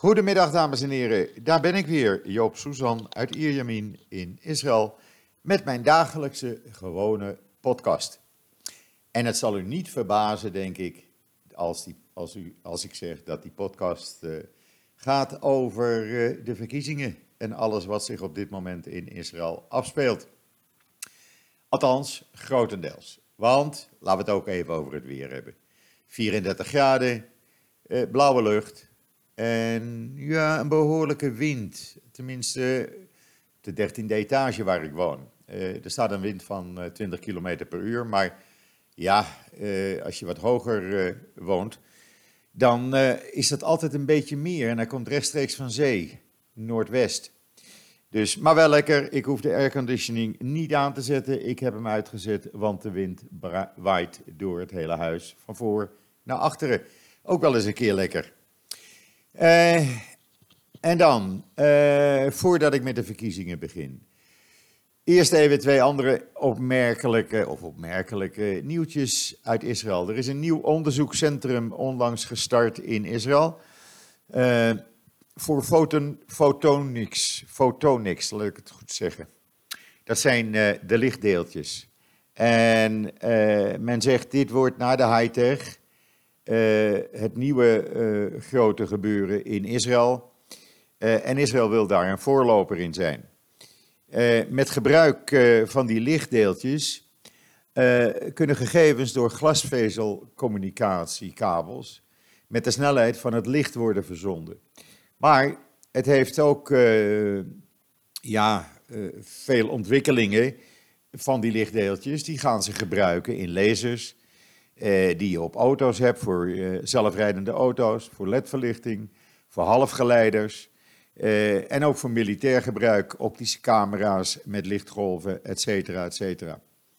Goedemiddag dames en heren, daar ben ik weer, Joop Suzan uit Ierjemien in Israël met mijn dagelijkse gewone podcast. En het zal u niet verbazen, denk ik, als ik zeg dat die podcast gaat over de verkiezingen en alles wat zich op dit moment in Israël afspeelt. Althans, grotendeels. Want, laten we het ook even over het weer hebben. 34 graden, blauwe lucht en ja, een behoorlijke wind. Tenminste, de 13e etage waar ik woon. Er staat een wind van 20 km per uur, maar ja, als je wat hoger woont, dan is dat altijd een beetje meer. En hij komt rechtstreeks van zee, noordwest. Dus, maar wel lekker, ik hoef de airconditioning niet aan te zetten. Ik heb hem uitgezet, want de wind waait door het hele huis, van voor naar achteren. Ook wel eens een keer lekker. En dan, voordat ik met de verkiezingen begin. Eerst even twee andere opmerkelijke nieuwtjes uit Israël. Er is een nieuw onderzoekscentrum onlangs gestart in Israël. Voor photonics, laat ik het goed zeggen. Dat zijn de lichtdeeltjes. En men zegt, dit wordt na de high-tech het nieuwe grote gebeuren in Israël. En Israël wil daar een voorloper in zijn. Met gebruik van die lichtdeeltjes kunnen gegevens door glasvezelcommunicatiekabels met de snelheid van het licht worden verzonden. Maar het heeft ook veel ontwikkelingen van die lichtdeeltjes. Die gaan ze gebruiken in lasers die je op auto's hebt, voor zelfrijdende auto's, voor ledverlichting, voor halfgeleiders. En ook voor militair gebruik, optische camera's met lichtgolven, et cetera, et cetera.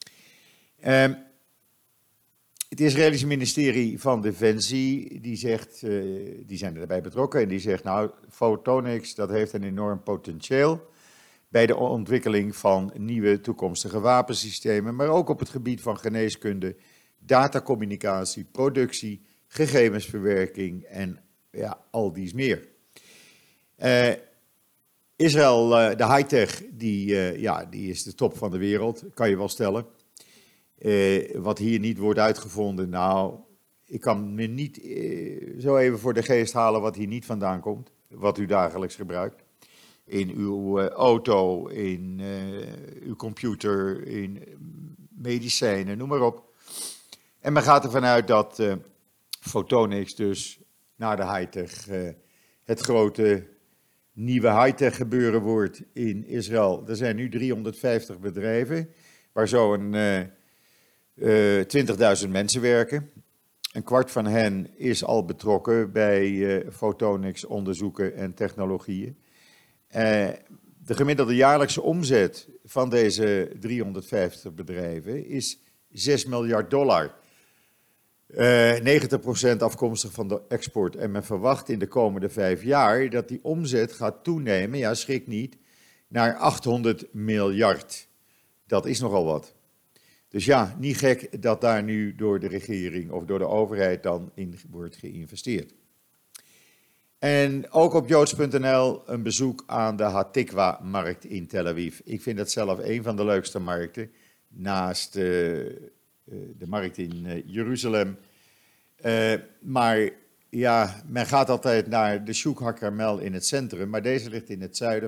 Het Israëlische ministerie van Defensie, die zegt, die zijn erbij betrokken en die zegt, nou, photonics, dat heeft een enorm potentieel bij de ontwikkeling van nieuwe toekomstige wapensystemen, maar ook op het gebied van geneeskunde, datacommunicatie, productie, gegevensverwerking en ja, al dies meer. Israël, de high-tech, die is de top van de wereld, kan je wel stellen. Wat hier niet wordt uitgevonden, nou, ik kan me niet zo even voor de geest halen wat hier niet vandaan komt, wat u dagelijks gebruikt. In uw auto, in uw computer, in medicijnen, noem maar op. En men gaat ervan uit dat photonics dus na de high-tech het grote nieuwe high-tech gebeuren wordt in Israël. Er zijn nu 350 bedrijven waar zo'n 20.000 mensen werken. Een kwart van hen is al betrokken bij photonics onderzoeken en technologieën. De gemiddelde jaarlijkse omzet van deze 350 bedrijven is $6 miljard. 90% afkomstig van de export. En men verwacht in de komende 5 jaar dat die omzet gaat toenemen, ja schrik niet, naar 800 miljard. Dat is nogal wat. Dus ja, niet gek dat daar nu door de regering of door de overheid dan in wordt geïnvesteerd. En ook op joods.nl een bezoek aan de Hatikwa-markt in Tel Aviv. Ik vind dat zelf een van de leukste markten, naast de markt in Jeruzalem. Maar ja, men gaat altijd naar de Shuk HaCarmel in het centrum, maar deze ligt in het zuiden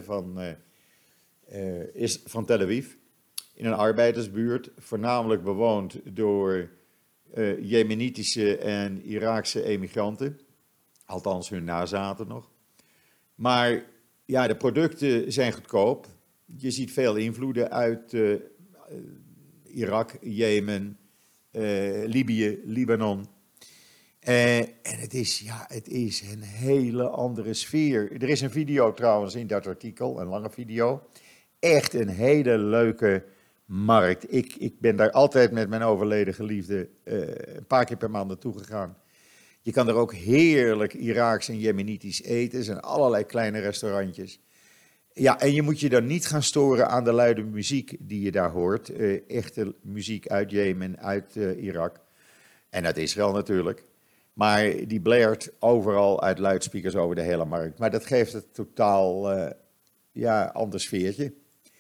van Tel Aviv. In een arbeidersbuurt, voornamelijk bewoond door Jemenitische en Iraakse emigranten. Althans, hun nazaten nog. Maar ja, de producten zijn goedkoop. Je ziet veel invloeden uit Irak, Jemen, Libië, Libanon. En het is een hele andere sfeer. Er is een video trouwens in dat artikel, een lange video. Echt een hele leuke markt. Ik ben daar altijd met mijn overleden geliefde een paar keer per maand naartoe gegaan. Je kan er ook heerlijk Iraaks en Jemenitisch eten. Er zijn allerlei kleine restaurantjes. Ja, en je moet je dan niet gaan storen aan de luide muziek die je daar hoort. Echte muziek uit Jemen, uit Irak. En uit Israël natuurlijk. Maar die blaert overal uit luidspeakers over de hele markt. Maar dat geeft het totaal ander sfeertje.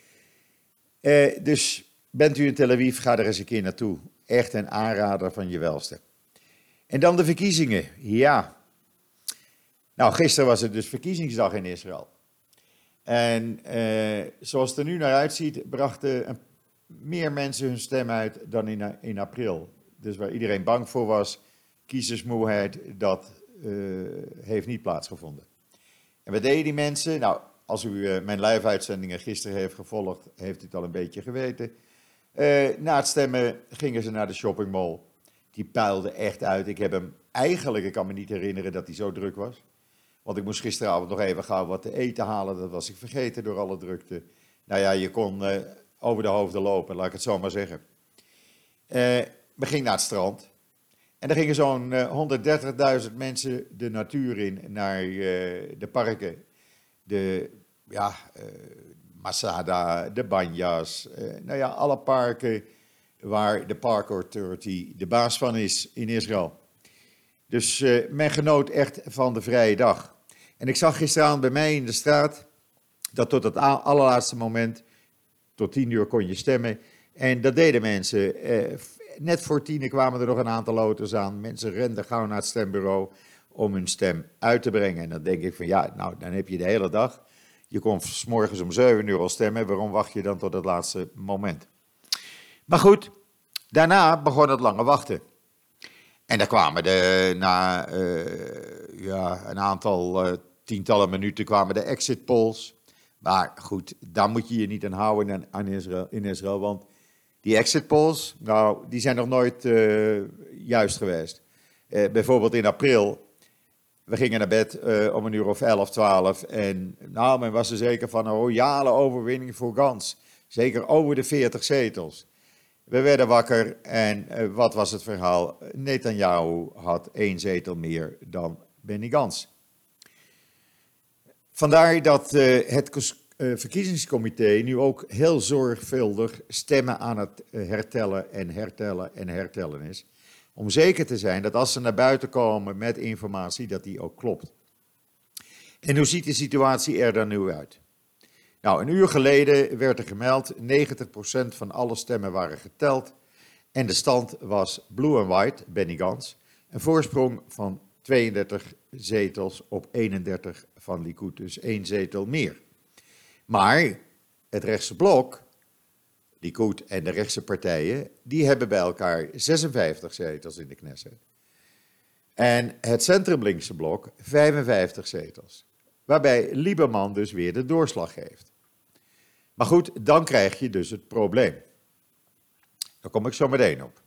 Dus bent u in Tel Aviv, ga er eens een keer naartoe. Echt een aanrader van je welste. En dan de verkiezingen. Ja. Nou, gisteren was het dus verkiezingsdag in Israël. En zoals het er nu naar uitziet, brachten meer mensen hun stem uit dan in april. Dus waar iedereen bang voor was, kiezersmoeheid, dat heeft niet plaatsgevonden. En wat deden die mensen? Nou, als u mijn live-uitzendingen gisteren heeft gevolgd, heeft u het al een beetje geweten. Na het stemmen gingen ze naar de shoppingmall. Die puilde echt uit. Ik kan me niet herinneren dat hij zo druk was. Want ik moest gisteravond nog even gauw wat te eten halen. Dat was ik vergeten door alle drukte. Nou ja, je kon over de hoofden lopen, laat ik het zo maar zeggen. We gingen naar het strand. En er gingen zo'n 130.000 mensen de natuur in, naar de parken. Masada, de Banjas. Alle parken waar de Park Authority de baas van is in Israël. Dus men genoot echt van de vrije dag. En ik zag gisteravond bij mij in de straat dat tot het allerlaatste moment, tot 10 uur kon je stemmen. En dat deden mensen. Net voor 10 kwamen er nog een aantal auto's aan. Mensen renden gauw naar het stembureau om hun stem uit te brengen. En dan denk ik van dan heb je de hele dag. Je kon 's morgens om 7 uur al stemmen. Waarom wacht je dan tot het laatste moment? Maar goed, daarna begon het lange wachten. En daar kwamen na een aantal tientallen minuten kwamen de exit polls. Maar goed, daar moet je je niet aan houden in Israël, want die exit polls, die zijn nog nooit juist geweest. Bijvoorbeeld in april, we gingen naar bed om 1 uur of 11, 12 en men was er zeker van een royale overwinning voor Gans. Zeker over de 40 zetels. We werden wakker en wat was het verhaal? Netanyahu had 1 zetel meer dan Benny Gantz. Vandaar dat het verkiezingscomité nu ook heel zorgvuldig stemmen aan het hertellen is. Om zeker te zijn dat als ze naar buiten komen met informatie, dat die ook klopt. En hoe ziet de situatie er dan nu uit? Nou, 1 uur geleden werd er gemeld, 90% van alle stemmen waren geteld. En de stand was blue and white, Benny Gantz. Een voorsprong van 32 zetels op 31 van Likud, dus 1 zetel meer. Maar het rechtse blok, Likud en de rechtse partijen, die hebben bij elkaar 56 zetels in de Knesset. En het centrumlinkse blok 55 zetels. Waarbij Lieberman dus weer de doorslag geeft. Maar goed, dan krijg je dus het probleem. Daar kom ik zo meteen op.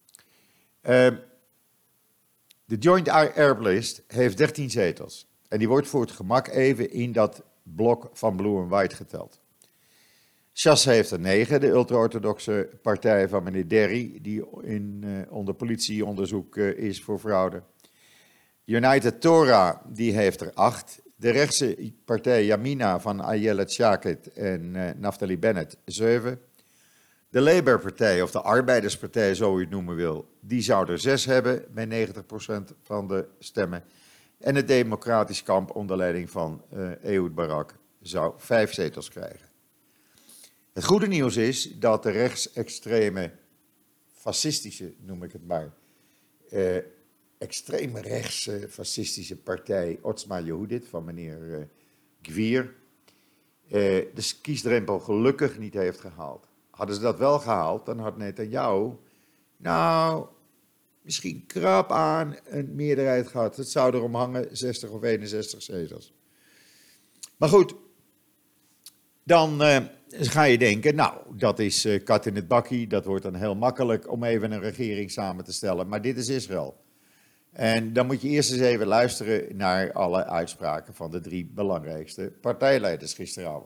De Joint Arab List heeft 13 zetels. En die wordt voor het gemak even in dat blok van Blue and White geteld. Shas heeft er 9, de ultra-orthodoxe partij van meneer Derry, die onder politieonderzoek is voor fraude. United Torah, die heeft er 8. De rechtse partij Yamina van Ayelet Shaked en Naftali Bennett 7. De Labour-partij, of de Arbeiderspartij, zo u het noemen wil, die zou er 6 hebben bij 90% van de stemmen. En het Democratisch Kamp onder leiding van Ehud Barak zou 5 zetels krijgen. Het goede nieuws is dat de rechtsextreme, fascistische, noem ik het maar, extreme rechtse fascistische partij Otzma Yehudit van meneer Gvir de kiesdrempel gelukkig niet heeft gehaald. Hadden ze dat wel gehaald, dan had Netanyahu misschien krap aan een meerderheid gehad. Het zou erom hangen 60 of 61 zetels. Maar goed, dan ga je denken, dat is kat in het bakkie. Dat wordt dan heel makkelijk om even een regering samen te stellen. Maar dit is Israël. En dan moet je eerst eens even luisteren naar alle uitspraken van de 3 belangrijkste partijleiders gisteravond.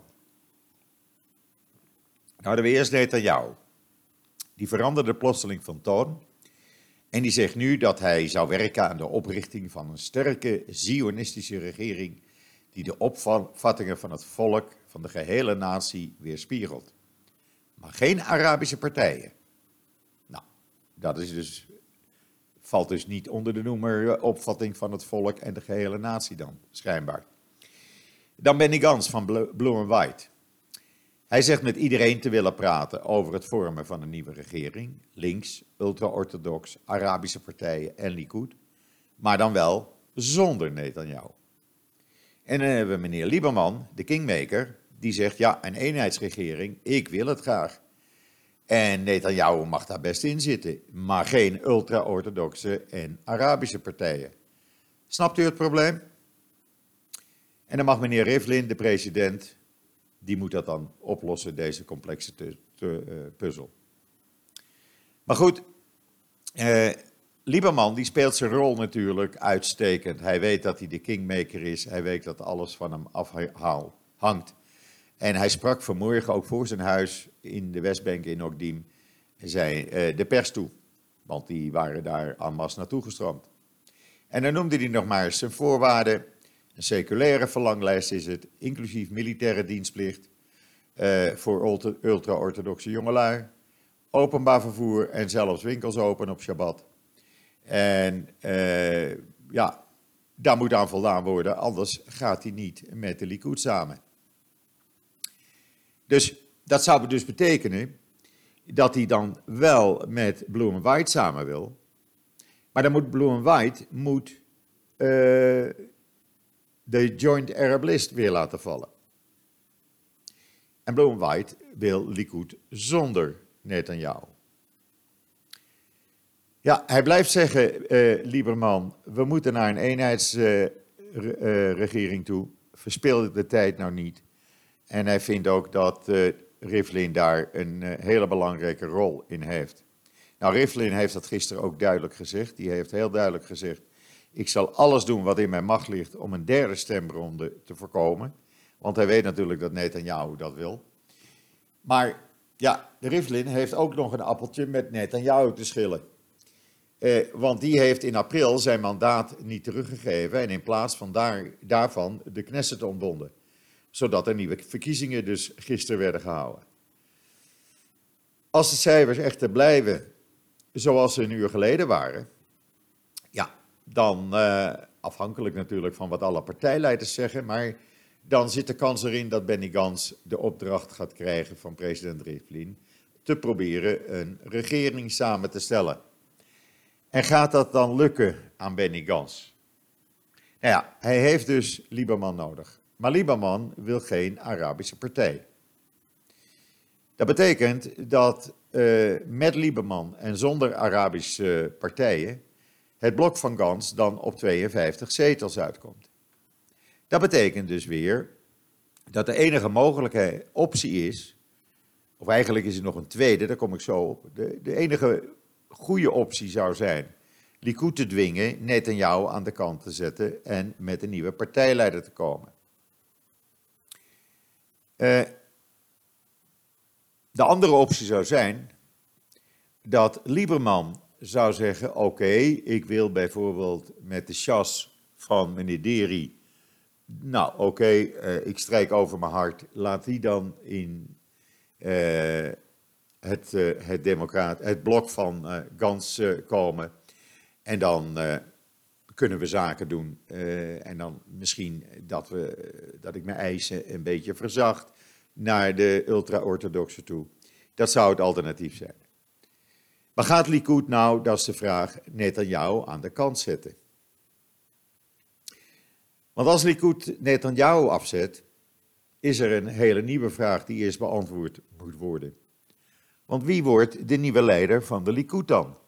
Nou, hadden we eerst Netanyahu. Die veranderde plotseling van toon. En die zegt nu dat hij zou werken aan de oprichting van een sterke zionistische regering die de opvattingen van het volk, van de gehele natie, weerspiegelt. Maar geen Arabische partijen. Nou, dat is dus Valt dus niet onder de noemer opvatting van het volk en de gehele natie dan, schijnbaar. Dan Benny Gantz van Blue and White. Hij zegt met iedereen te willen praten over het vormen van een nieuwe regering. Links, ultra-orthodox, Arabische partijen en Likud. Maar dan wel zonder Netanyahu. En dan hebben we meneer Lieberman, de kingmaker, die zegt ja, een eenheidsregering, ik wil het graag. En Netanyahu mag daar best in zitten, maar geen ultra-orthodoxe en Arabische partijen. Snapt u het probleem? En dan mag meneer Rivlin, de president, die moet dat dan oplossen, deze complexe puzzel. Maar goed, Lieberman die speelt zijn rol natuurlijk uitstekend. Hij weet dat hij de kingmaker is, hij weet dat alles van hem afhangt. En hij sprak vanmorgen ook voor zijn huis in de Westbank in Okdim de pers toe. Want die waren daar en masse naartoe gestroomd. En dan noemde hij nog maar eens zijn voorwaarden. Een seculaire verlanglijst is het, inclusief militaire dienstplicht voor ultra-orthodoxe jongelui. Openbaar vervoer en zelfs winkels open op Shabbat. En ja, daar moet aan voldaan worden, anders gaat hij niet met de Likud samen. Dus dat zou dus betekenen dat hij dan wel met Blue and White samen wil. Maar dan moet Blue and White de Joint Arab List weer laten vallen. En Blue and White wil Likud zonder Netanyahu. Ja, hij blijft zeggen, Lieberman, we moeten naar een eenheidsregering toe. Verspil de tijd nou niet. En hij vindt ook dat Rivlin daar een hele belangrijke rol in heeft. Nou, Rivlin heeft dat gisteren ook duidelijk gezegd. Die heeft heel duidelijk gezegd, ik zal alles doen wat in mijn macht ligt om een derde stemronde te voorkomen. Want hij weet natuurlijk dat Netanyahu dat wil. Maar ja, Rivlin heeft ook nog een appeltje met Netanyahu te schillen. Want die heeft in april zijn mandaat niet teruggegeven en in plaats van daarvan de Knesset ontbonden. Zodat er nieuwe verkiezingen dus gisteren werden gehouden. Als de cijfers echter blijven zoals ze een uur geleden waren, ja, dan afhankelijk natuurlijk van wat alle partijleiders zeggen, maar dan zit de kans erin dat Benny Gantz de opdracht gaat krijgen van president Rivlin te proberen een regering samen te stellen. En gaat dat dan lukken aan Benny Gantz? Nou ja, hij heeft dus Lieberman nodig. Maar Lieberman wil geen Arabische partij. Dat betekent dat met Lieberman en zonder Arabische partijen het blok van Gantz dan op 52 zetels uitkomt. Dat betekent dus weer dat de enige mogelijke optie is, of eigenlijk is er nog een tweede, daar kom ik zo op. De enige goede optie zou zijn Likud te dwingen Netanyahu aan de kant te zetten en met een nieuwe partijleider te komen. De andere optie zou zijn dat Lieberman zou zeggen, oké, ik wil bijvoorbeeld met de chas van meneer Deri, nou oké, ik strijk over mijn hart, laat die dan in het blok van Gantz komen en dan kunnen we zaken doen en dan misschien dat ik mijn eisen een beetje verzacht naar de ultra-orthodoxe toe. Dat zou het alternatief zijn. Maar gaat Likud nou, dat is de vraag, Netanyahu aan de kant zetten? Want als Likud Netanyahu afzet, is er een hele nieuwe vraag die eerst beantwoord moet worden. Want wie wordt de nieuwe leider van de Likud dan?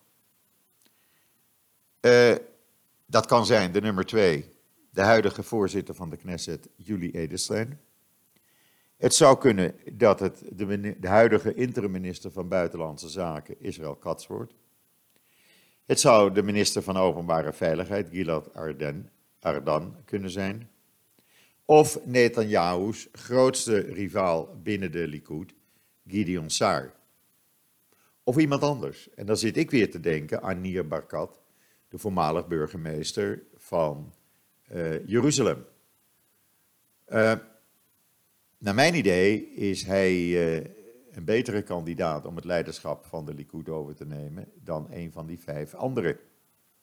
Dat kan zijn de nummer 2, de huidige voorzitter van de Knesset, Yuli Edelstein. Het zou kunnen dat het de huidige interim-minister van Buitenlandse Zaken, Israël Katz, wordt. Het zou de minister van Openbare Veiligheid, Gilad Ardan, kunnen zijn. Of Netanyahu's grootste rivaal binnen de Likud, Gideon Sa'ar. Of iemand anders. En dan zit ik weer te denken aan Nir Barkat, de voormalig burgemeester van Jeruzalem. Naar mijn idee is hij een betere kandidaat om het leiderschap van de Likud over te nemen dan een van die 5 anderen.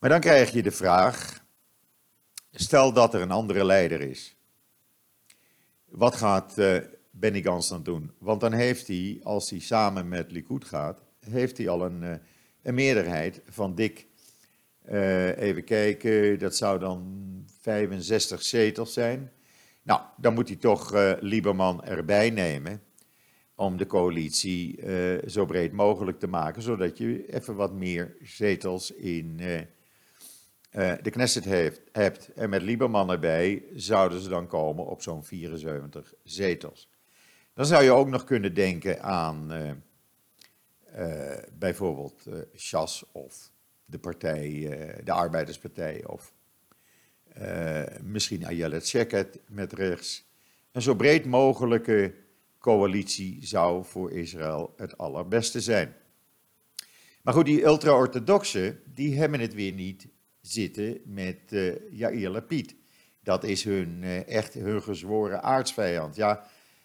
Maar dan krijg je de vraag, stel dat er een andere leider is. Wat gaat Benny Gantz dan doen? Want dan heeft hij, als hij samen met Likud gaat, heeft hij al een meerderheid van dik, even kijken, dat zou dan 65 zetels zijn. Nou, dan moet hij toch Lieberman erbij nemen om de coalitie zo breed mogelijk te maken, zodat je even wat meer zetels in de Knesset hebt. En met Lieberman erbij zouden ze dan komen op zo'n 74 zetels. Dan zou je ook nog kunnen denken aan bijvoorbeeld Shas of de partij, de Arbeiderspartij of misschien Ayelet Sheket met rechts. Een zo breed mogelijke coalitie zou voor Israël het allerbeste zijn. Maar goed, die ultra-orthodoxen, die hebben het weer niet zitten met Yair Lapid. Dat is echt hun gezworen aardsvijand. Ja,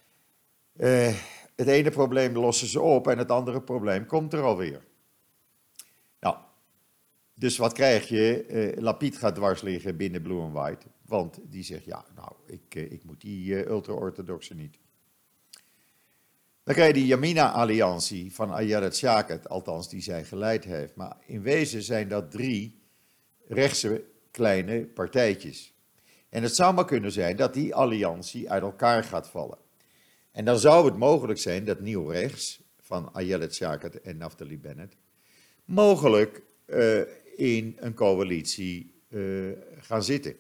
het ene probleem lossen ze op en het andere probleem komt er alweer. Nou, dus wat krijg je? Lapid gaat dwars liggen binnen Blue and White. Want die zegt, ja, nou, ik moet die ultra-orthodoxen niet. Dan krijg je die Yamina-alliantie van Ayelet Shaked, althans die zij geleid heeft. Maar in wezen zijn dat 3 rechtse kleine partijtjes. En het zou maar kunnen zijn dat die alliantie uit elkaar gaat vallen. En dan zou het mogelijk zijn dat nieuw rechts van Ayelet Shaked en Naftali Bennett mogelijk in een coalitie gaan zitten.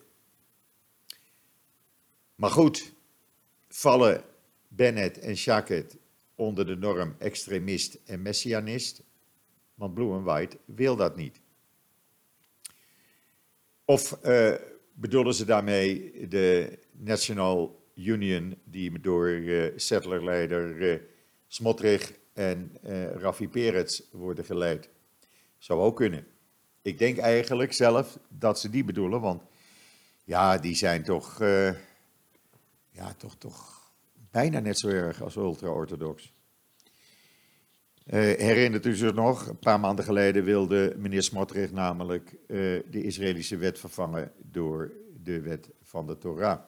Maar goed, vallen Bennett en Shaked onder de norm extremist en messianist? Want Blue and White wil dat niet. Of bedoelen ze daarmee de National Union die door settlerleider Smotrich en Rafi Peretz worden geleid? Zou ook kunnen. Ik denk eigenlijk zelf dat ze die bedoelen, want ja, die zijn toch bijna net zo erg als ultra-orthodox. Herinnert u zich nog, een paar maanden geleden wilde meneer Smotrich namelijk de Israëlische wet vervangen door de wet van de Torah.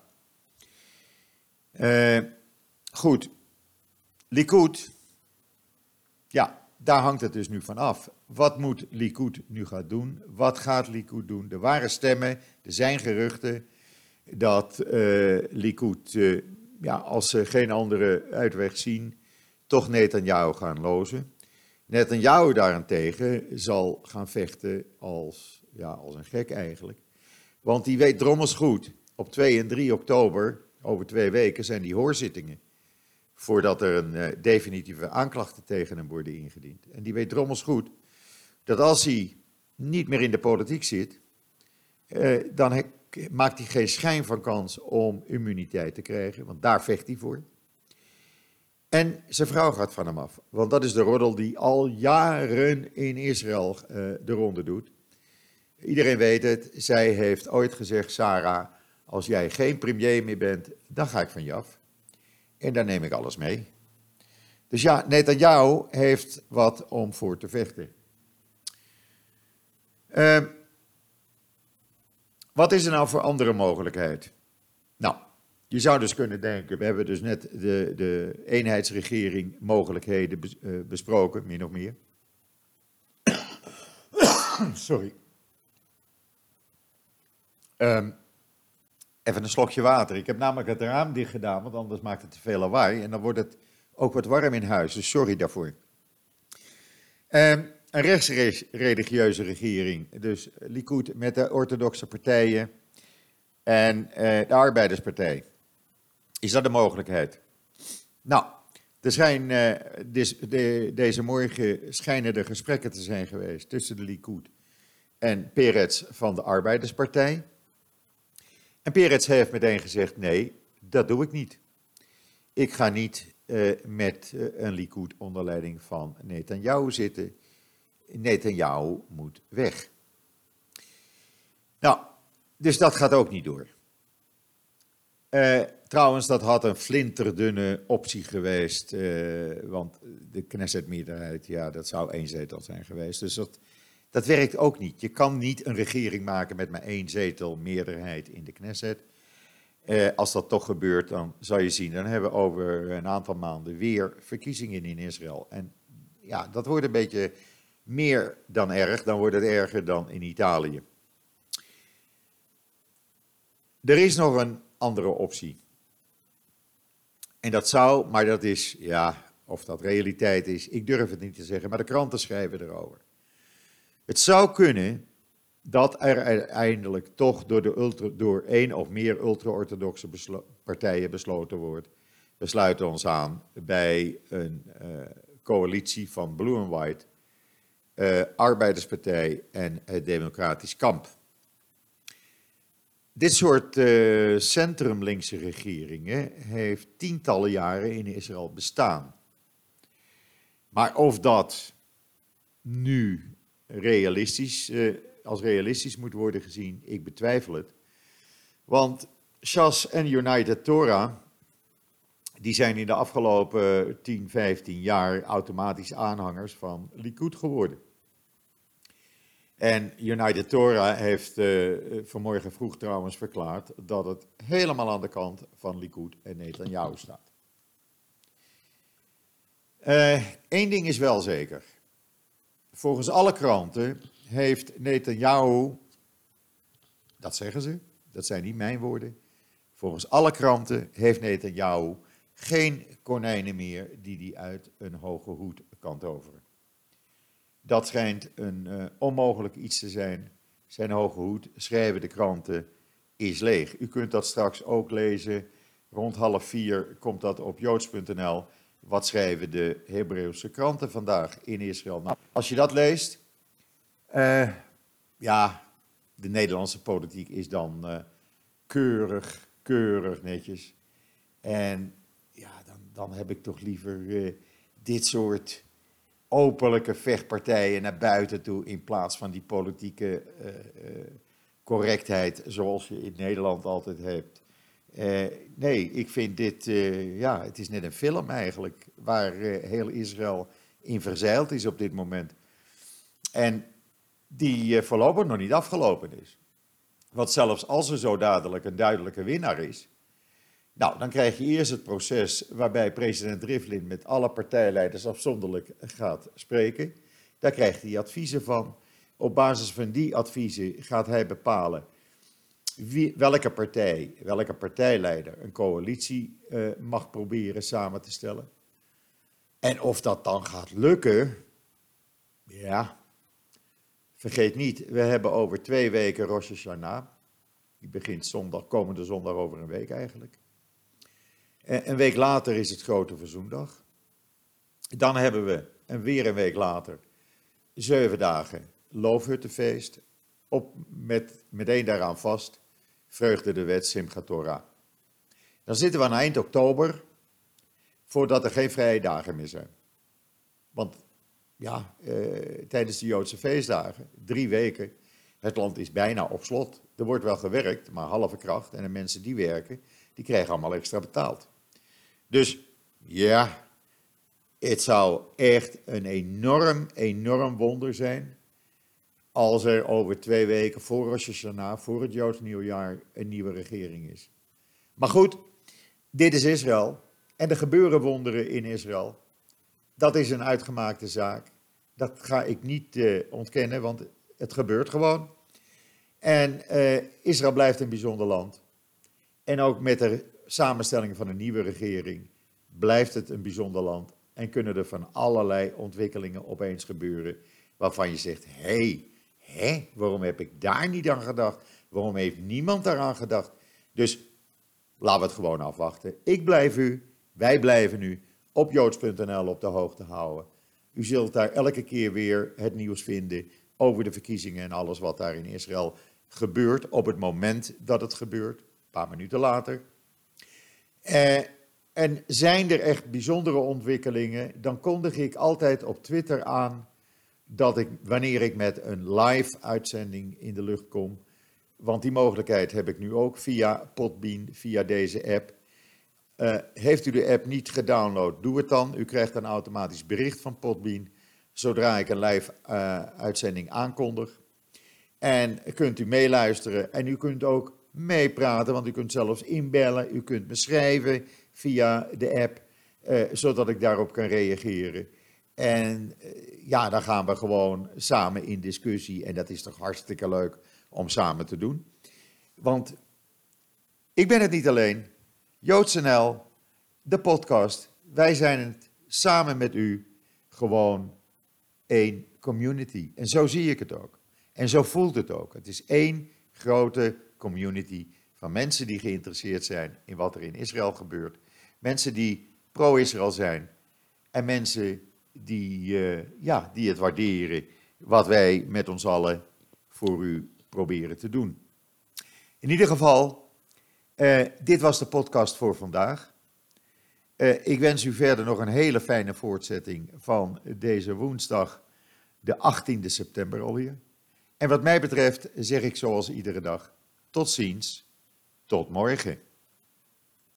Goed, Likud, ja, daar hangt het dus nu van af. Wat moet Likud nu gaan doen? Wat gaat Likud doen? Er waren stemmen, er zijn geruchten dat Likud, als ze geen andere uitweg zien, toch Netanyahu gaan lozen. Netanyahu daarentegen zal gaan vechten als een gek eigenlijk. Want die weet drommels goed, op 2 en 3 oktober, over 2 weken, zijn die hoorzittingen. Voordat er een definitieve aanklachten tegen hem worden ingediend. En die weet drommels goed dat als hij niet meer in de politiek zit, dan maakt hij geen schijn van kans om immuniteit te krijgen, want daar vecht hij voor. En zijn vrouw gaat van hem af, want dat is de roddel die al jaren in Israël de ronde doet. Iedereen weet het, zij heeft ooit gezegd, Sarah, als jij geen premier meer bent, dan ga ik van je af. En dan neem ik alles mee. Dus ja, Netanyahu heeft wat om voor te vechten. Wat is er nou voor andere mogelijkheid? Nou, je zou dus kunnen denken, we hebben dus net de eenheidsregering mogelijkheden besproken, min of meer. Sorry. Even een slokje water. Ik heb namelijk het raam dicht gedaan, want anders maakt het te veel lawaai. En dan wordt het ook wat warm in huis, dus sorry daarvoor. Een rechtsreligieuze regering, dus Likud met de orthodoxe partijen en de Arbeiderspartij. Is dat de mogelijkheid? Nou, er zijn, deze morgen schijnen er gesprekken te zijn geweest tussen de Likud en Peretz van de Arbeiderspartij. En Peretz heeft meteen gezegd, nee, dat doe ik niet. Ik ga niet met een Likud onder leiding van Netanyahu zitten. Netanyahu moet weg. Nou, dus dat gaat ook niet door. Trouwens, dat had een flinterdunne optie geweest, want de Knesset-meerderheid, ja, dat zou 1 zetel zijn geweest. Dus Dat werkt ook niet. Je kan niet een regering maken met maar 1 zetel meerderheid in de Knesset. Als dat toch gebeurt, dan zal je zien, dan hebben we over een aantal maanden weer verkiezingen in Israël. En ja, dat wordt een beetje meer dan erg, dan wordt het erger dan in Italië. Er is nog een andere optie. En dat zou, maar dat is, ja, of dat realiteit is, ik durf het niet te zeggen, maar de kranten schrijven erover. Het zou kunnen dat er uiteindelijk toch door 1 of meer ultra-orthodoxe partijen besloten wordt. We sluiten ons aan bij een coalitie van Blue and White, Arbeiderspartij en het Democratisch Kamp. Dit soort centrumlinkse regeringen heeft tientallen jaren in Israël bestaan. Maar of dat nu als realistisch moet worden gezien, ik betwijfel het. Want Shas en United Torah, die zijn in de afgelopen 10, 15 jaar automatisch aanhangers van Likud geworden. En United Torah heeft vanmorgen vroeg trouwens verklaard dat het helemaal aan de kant van Likud en Netanyahu staat. Eén ding is wel zeker. Volgens alle kranten heeft Netanyahu, dat zeggen ze, dat zijn niet mijn woorden. Volgens alle kranten heeft Netanyahu geen konijnen meer die hij uit een hoge hoed kan toveren. Dat schijnt een onmogelijk iets te zijn. Zijn hoge hoed, schrijven de kranten, is leeg. U kunt dat straks ook lezen. Rond 3:30 komt dat op joods.nl. Wat schrijven de Hebreeuwse kranten vandaag in Israël? Nou, als je dat leest, ja, de Nederlandse politiek is dan keurig netjes. En ja, dan heb ik toch liever dit soort openlijke vechtpartijen naar buiten toe in plaats van die politieke correctheid zoals je in Nederland altijd hebt. Nee, ik vind dit, ja, het is net een film eigenlijk, waar heel Israël in verzeild is op dit moment. En die voorlopig nog niet afgelopen is. Want zelfs als er zo dadelijk een duidelijke winnaar is, nou, dan krijg je eerst het proces waarbij president Rivlin met alle partijleiders afzonderlijk gaat spreken. Daar krijgt hij adviezen van. Op basis van die adviezen gaat hij bepalen welke partijleider een coalitie mag proberen samen te stellen. En of dat dan gaat lukken, ja, vergeet niet, we hebben over 2 weken Rosh Hashanah. Die begint komende zondag over een week eigenlijk. Een week later is het Grote Verzoendag. Dan hebben we, en weer een week later, 7 dagen Loofhuttenfeest. Meteen daaraan vast, Vreugde de Wet, Simchat Torah. Dan zitten we aan eind oktober, voordat er geen vrije dagen meer zijn. Want ja, tijdens de Joodse feestdagen, 3 weken, het land is bijna op slot. Er wordt wel gewerkt, maar halve kracht. En de mensen die werken, die krijgen allemaal extra betaald. Dus ja, het zou echt een enorm wonder zijn als er over 2 weken voor Rosh Hashanah, voor het Joods nieuwjaar, een nieuwe regering is. Maar goed, dit is Israël en er gebeuren wonderen in Israël. Dat is een uitgemaakte zaak. Dat ga ik niet ontkennen, want het gebeurt gewoon. En Israël blijft een bijzonder land. En ook met de samenstelling van een nieuwe regering blijft het een bijzonder land. En kunnen er van allerlei ontwikkelingen opeens gebeuren waarvan je zegt, waarom heb ik daar niet aan gedacht? Waarom heeft niemand daaraan gedacht? Dus laten we het gewoon afwachten. Wij blijven u op joods.nl op de hoogte houden. U zult daar elke keer weer het nieuws vinden over de verkiezingen en alles wat daar in Israël gebeurt op het moment dat het gebeurt, een paar minuten later. En zijn er echt bijzondere ontwikkelingen, dan kondig ik altijd op Twitter aan dat wanneer ik met een live uitzending in de lucht kom, want die mogelijkheid heb ik nu ook via Podbean, via deze app. Heeft u de app niet gedownload, doe het dan. U krijgt een automatisch bericht van Podbean, zodra ik een live uitzending aankondig. En kunt u meeluisteren en u kunt ook meepraten, want u kunt zelfs inbellen. U kunt me schrijven via de app, zodat ik daarop kan reageren. En ja, dan gaan we gewoon samen in discussie. En dat is toch hartstikke leuk om samen te doen. Want ik ben het niet alleen. JoodsNL, de podcast. Wij zijn het samen met u gewoon één community. En zo zie ik het ook. En zo voelt het ook. Het is één grote community van mensen die geïnteresseerd zijn in wat er in Israël gebeurt. Mensen die pro-Israël zijn. En mensen die het waarderen wat wij met ons allen voor u proberen te doen. In ieder geval, dit was de podcast voor vandaag. Ik wens u verder nog een hele fijne voortzetting van deze woensdag, de 18e september alweer. En wat mij betreft zeg ik zoals iedere dag, tot ziens, tot morgen.